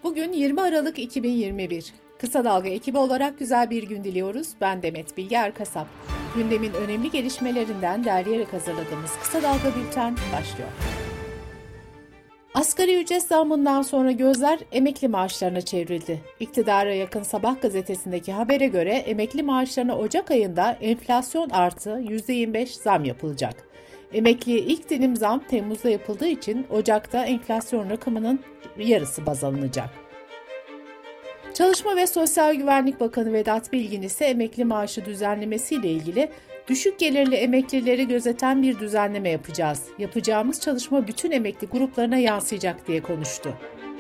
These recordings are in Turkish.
Bugün 20 Aralık 2021. Kısa Dalga ekibi olarak güzel bir gün diliyoruz. Ben Demet Bilge Erkasap. Gündemin önemli gelişmelerinden derleyerek hazırladığımız Kısa Dalga Bülten başlıyor. Asgari ücret zammından sonra gözler emekli maaşlarına çevrildi. İktidara yakın Sabah gazetesindeki habere göre emekli maaşlarına Ocak ayında enflasyon artı %25 zam yapılacak. Emekliye ilk dilim zam Temmuz'da yapıldığı için Ocak'ta enflasyon rakamının yarısı baz alınacak. Çalışma ve Sosyal Güvenlik Bakanı Vedat Bilgin ise emekli maaşı düzenlemesiyle ilgili düşük gelirli emeklileri gözeten bir düzenleme yapacağız. Yapacağımız çalışma bütün emekli gruplarına yansıyacak diye konuştu.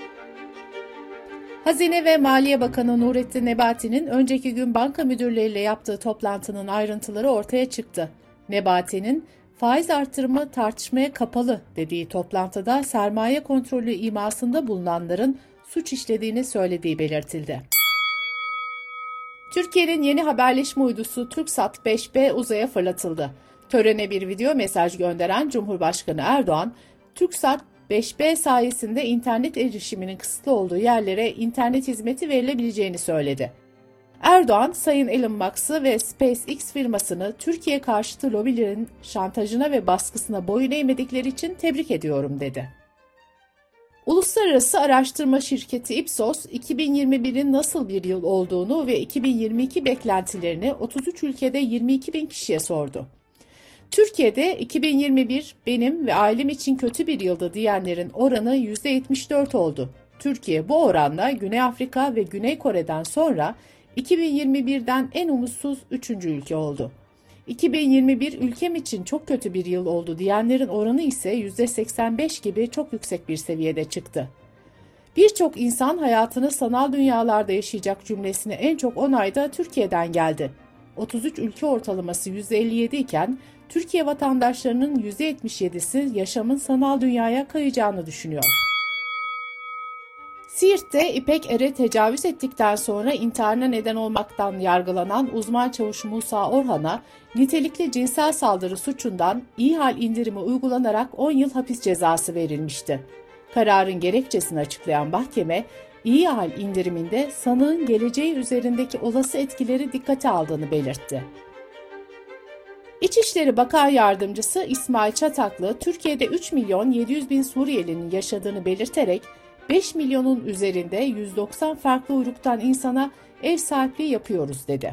Hazine ve Maliye Bakanı Nurettin Nebati'nin önceki gün banka müdürleriyle yaptığı toplantının ayrıntıları ortaya çıktı. Nebati'nin faiz artırımı tartışmaya kapalı dediği toplantıda sermaye kontrolü imasında bulunanların suç işlediğini söylediği belirtildi. Türkiye'nin yeni haberleşme uydusu TürkSat 5B uzaya fırlatıldı. Törene bir video mesaj gönderen Cumhurbaşkanı Erdoğan, TürkSat 5B sayesinde internet erişiminin kısıtlı olduğu yerlere internet hizmeti verilebileceğini söyledi. Erdoğan, Sayın Elon Musk'ı ve SpaceX firmasını Türkiye karşıtı lobilerin şantajına ve baskısına boyun eğmedikleri için tebrik ediyorum dedi. Uluslararası araştırma şirketi Ipsos, 2021'in nasıl bir yıl olduğunu ve 2022 beklentilerini 33 ülkede 22 bin kişiye sordu. Türkiye'de 2021 benim ve ailem için kötü bir yıldı diyenlerin oranı %74 oldu. Türkiye bu oranla Güney Afrika ve Güney Kore'den sonra 2021'den en umutsuz 3. ülke oldu. 2021 ülkem için çok kötü bir yıl oldu diyenlerin oranı ise %85 gibi çok yüksek bir seviyede çıktı. Birçok insan hayatını sanal dünyalarda yaşayacak cümlesini en çok 10 ayda Türkiye'den geldi. 33 ülke ortalaması %57 iken Türkiye vatandaşlarının %77'si yaşamın sanal dünyaya kayacağını düşünüyor. Siirt'te İpek Er'e tecavüz ettikten sonra intiharına neden olmaktan yargılanan uzman çavuş Musa Orhan'a nitelikli cinsel saldırı suçundan iyi hal indirimi uygulanarak 10 yıl hapis cezası verilmişti. Kararın gerekçesini açıklayan mahkeme, iyi hal indiriminde sanığın geleceği üzerindeki olası etkileri dikkate aldığını belirtti. İçişleri Bakan Yardımcısı İsmail Çataklı, Türkiye'de 3 milyon 700 bin Suriyelinin yaşadığını belirterek, 5 milyonun üzerinde 190 farklı uyruktan insana ev sahipliği yapıyoruz dedi.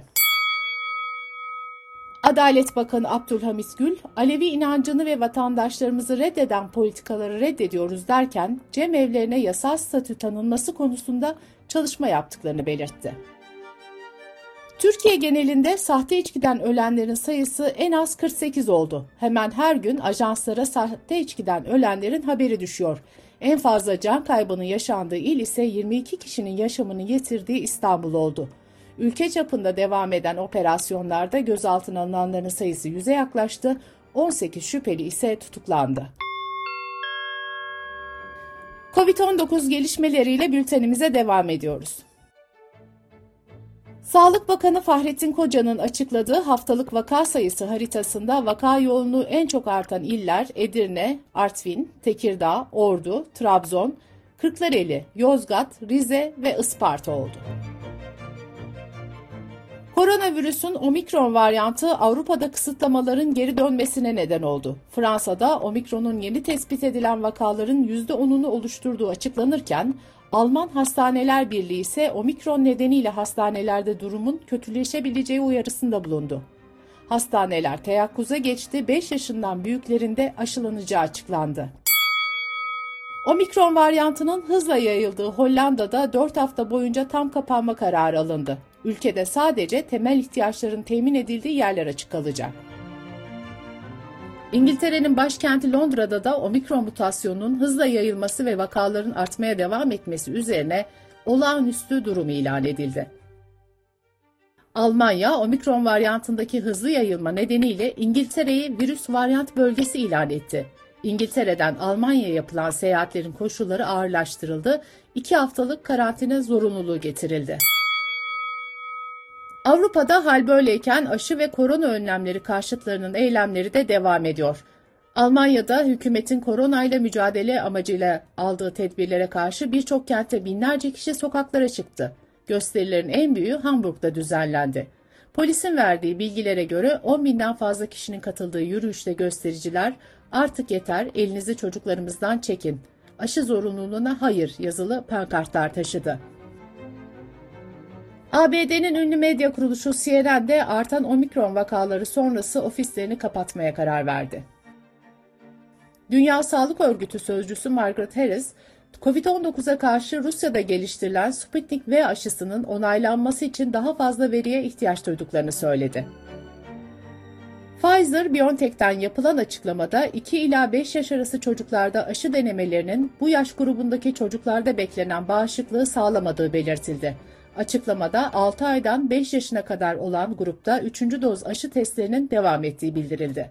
Adalet Bakanı Abdülhamit Gül, Alevi inancını ve vatandaşlarımızı reddeden politikaları reddediyoruz derken cemevlerine yasal statü tanınması konusunda çalışma yaptıklarını belirtti. Türkiye genelinde sahte içkiden ölenlerin sayısı en az 48 oldu. Hemen her gün ajanslara sahte içkiden ölenlerin haberi düşüyor. En fazla can kaybının yaşandığı il ise 22 kişinin yaşamını yitirdiği İstanbul oldu. Ülke çapında devam eden operasyonlarda gözaltına alınanların sayısı 100'e yaklaştı, 18 şüpheli ise tutuklandı. Covid-19 gelişmeleriyle bültenimize devam ediyoruz. Sağlık Bakanı Fahrettin Koca'nın açıkladığı haftalık vaka sayısı haritasında vaka yoğunluğu en çok artan iller Edirne, Artvin, Tekirdağ, Ordu, Trabzon, Kırklareli, Yozgat, Rize ve Isparta oldu. Koronavirüsün omikron varyantı Avrupa'da kısıtlamaların geri dönmesine neden oldu. Fransa'da omikronun yeni tespit edilen vakaların %10'unu oluşturduğu açıklanırken, Alman Hastaneler Birliği ise omikron nedeniyle hastanelerde durumun kötüleşebileceği uyarısında bulundu. Hastaneler teyakkuza geçti, 5 yaşından büyüklerinde aşılanacağı açıklandı. Omikron varyantının hızla yayıldığı Hollanda'da 4 hafta boyunca tam kapanma kararı alındı. Ülkede sadece temel ihtiyaçların temin edildiği yerler açık kalacak. İngiltere'nin başkenti Londra'da da omikron mutasyonunun hızla yayılması ve vakaların artmaya devam etmesi üzerine olağanüstü durum ilan edildi. Almanya, omikron varyantındaki hızlı yayılma nedeniyle İngiltere'yi virüs varyant bölgesi ilan etti. İngiltere'den Almanya'ya yapılan seyahatlerin koşulları ağırlaştırıldı, 2 haftalık karantina zorunluluğu getirildi. Avrupa'da hal böyleyken aşı ve korona önlemleri karşıtlarının eylemleri de devam ediyor. Almanya'da hükümetin koronayla mücadele amacıyla aldığı tedbirlere karşı birçok kentte binlerce kişi sokaklara çıktı. Gösterilerin en büyüğü Hamburg'da düzenlendi. Polisin verdiği bilgilere göre 10 binden fazla kişinin katıldığı yürüyüşte göstericiler "Artık yeter, elinizi çocuklarımızdan çekin. Aşı zorunluluğuna hayır" yazılı pankartlar taşıdı. ABD'nin ünlü medya kuruluşu CNN'de artan omikron vakaları sonrası ofislerini kapatmaya karar verdi. Dünya Sağlık Örgütü sözcüsü Margaret Harris, COVID-19'a karşı Rusya'da geliştirilen Sputnik V aşısının onaylanması için daha fazla veriye ihtiyaç duyduklarını söyledi. Pfizer-BioNTech'ten yapılan açıklamada 2 ila 5 yaş arası çocuklarda aşı denemelerinin bu yaş grubundaki çocuklarda beklenen bağışıklığı sağlamadığı belirtildi. Açıklamada 6 aydan 5 yaşına kadar olan grupta 3. doz aşı testlerinin devam ettiği bildirildi.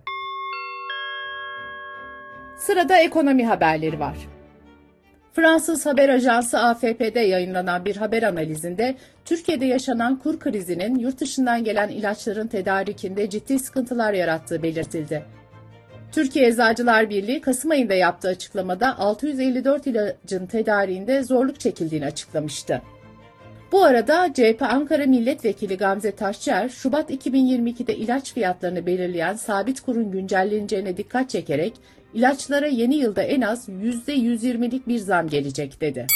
Sırada ekonomi haberleri var. Fransız haber ajansı AFP'de yayınlanan bir haber analizinde Türkiye'de yaşanan kur krizinin yurt dışından gelen ilaçların tedarikinde ciddi sıkıntılar yarattığı belirtildi. Türkiye Eczacılar Birliği Kasım ayında yaptığı açıklamada 654 ilacın tedariğinde zorluk çekildiğini açıklamıştı. Bu arada CHP Ankara Milletvekili Gamze Taşçıer, Şubat 2022'de ilaç fiyatlarını belirleyen sabit kurun güncelleneceğine dikkat çekerek ilaçlara yeni yılda en az %120'lik bir zam gelecek dedi.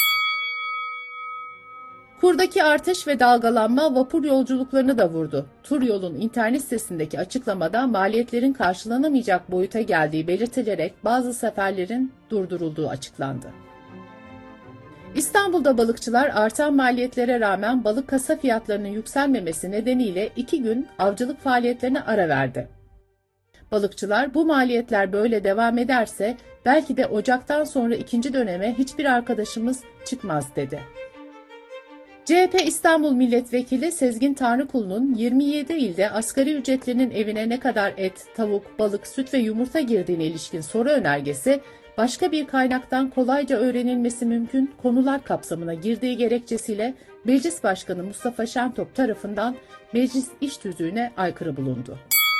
Kurdaki artış ve dalgalanma vapur yolculuklarını da vurdu. Turyol'un internet sitesindeki açıklamada maliyetlerin karşılanamayacak boyuta geldiği belirtilerek bazı seferlerin durdurulduğu açıklandı. İstanbul'da balıkçılar artan maliyetlere rağmen balık kasa fiyatlarının yükselmemesi nedeniyle 2 gün avcılık faaliyetlerine ara verdi. Balıkçılar bu maliyetler böyle devam ederse belki de Ocak'tan sonra ikinci döneme hiçbir arkadaşımız çıkmaz dedi. CHP İstanbul Milletvekili Sezgin Tanrıkulu'nun 27 ilde asgari ücretlinin evine ne kadar et, tavuk, balık, süt ve yumurta girdiğine ilişkin soru önergesi başka bir kaynaktan kolayca öğrenilmesi mümkün konular kapsamına girdiği gerekçesiyle Meclis Başkanı Mustafa Şentop tarafından Meclis İş Tüzüğü'ne aykırı bulundu.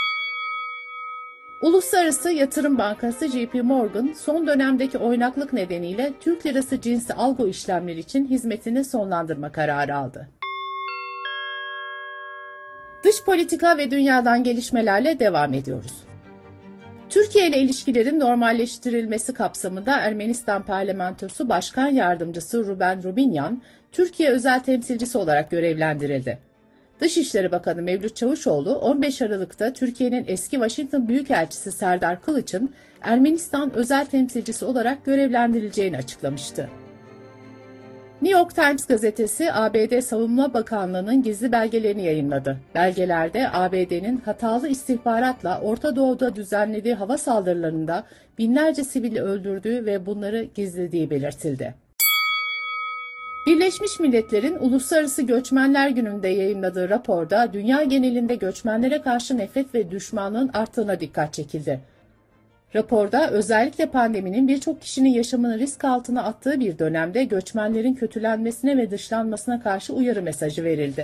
Uluslararası Yatırım Bankası JP Morgan son dönemdeki oynaklık nedeniyle Türk lirası cinsi algo işlemleri için hizmetini sonlandırma kararı aldı. Dış politika ve dünyadan gelişmelerle devam ediyoruz. Türkiye ile ilişkilerin normalleştirilmesi kapsamında Ermenistan Parlamentosu Başkan Yardımcısı Ruben Rubinyan, Türkiye özel temsilcisi olarak görevlendirildi. Dışişleri Bakanı Mevlüt Çavuşoğlu 15 Aralık'ta Türkiye'nin eski Washington Büyükelçisi Serdar Kılıç'ın Ermenistan özel temsilcisi olarak görevlendirileceğini açıklamıştı. New York Times gazetesi ABD Savunma Bakanlığı'nın gizli belgelerini yayınladı. Belgelerde ABD'nin hatalı istihbaratla Orta Doğu'da düzenlediği hava saldırılarında binlerce sivili öldürdüğü ve bunları gizlediği belirtildi. Birleşmiş Milletler'in Uluslararası Göçmenler Günü'nde yayınladığı raporda dünya genelinde göçmenlere karşı nefret ve düşmanlığın arttığına dikkat çekildi. Raporda özellikle pandeminin birçok kişinin yaşamını risk altına attığı bir dönemde göçmenlerin kötülenmesine ve dışlanmasına karşı uyarı mesajı verildi.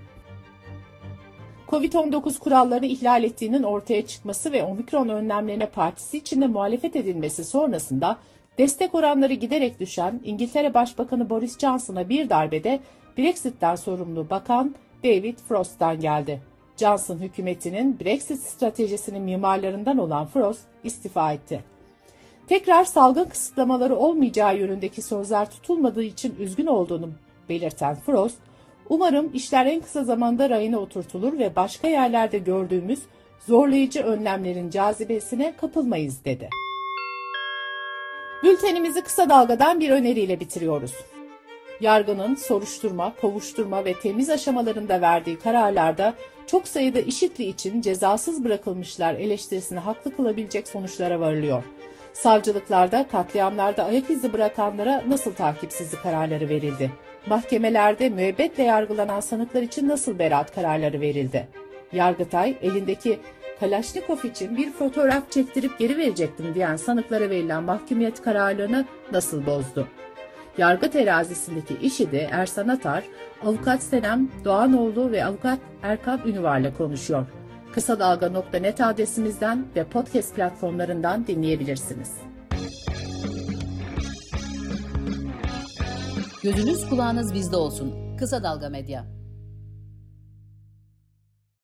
Covid-19 kurallarını ihlal ettiğinin ortaya çıkması ve omikron önlemlerine partisi içinde muhalefet edilmesi sonrasında destek oranları giderek düşen İngiltere Başbakanı Boris Johnson'a bir darbede Brexit'ten sorumlu Bakan David Frost'tan geldi. Johnson hükümetinin Brexit stratejisinin mimarlarından olan Frost istifa etti. Tekrar salgın kısıtlamaları olmayacağı yönündeki sözler tutulmadığı için üzgün olduğunu belirten Frost, "Umarım işler en kısa zamanda rayına oturtulur ve başka yerlerde gördüğümüz zorlayıcı önlemlerin cazibesine kapılmayız" dedi. Bültenimizi kısa dalgadan bir öneriyle bitiriyoruz. Yargının soruşturma, kovuşturma ve temiz aşamalarında verdiği kararlarda çok sayıda IŞİD'li için cezasız bırakılmışlar eleştirisini haklı kılabilecek sonuçlara varılıyor. Savcılıklarda, katliamlarda ayak izi bırakanlara nasıl takipsizlik kararları verildi? Mahkemelerde müebbetle yargılanan sanıklar için nasıl beraat kararları verildi? Yargıtay, elindeki Kalaşnikov için bir fotoğraf çektirip geri verecektim diyen sanıklara verilen mahkumiyet kararlarını nasıl bozdu? Yargı terazisindeki IŞİD'i Ersan Atar, avukat Senem Doğanoğlu ve avukat Erkan Ünüvar'la konuşuyor. Kısadalga.net adresimizden ve podcast platformlarından dinleyebilirsiniz. Gözünüz kulağınız bizde olsun. Kısa Dalga Medya.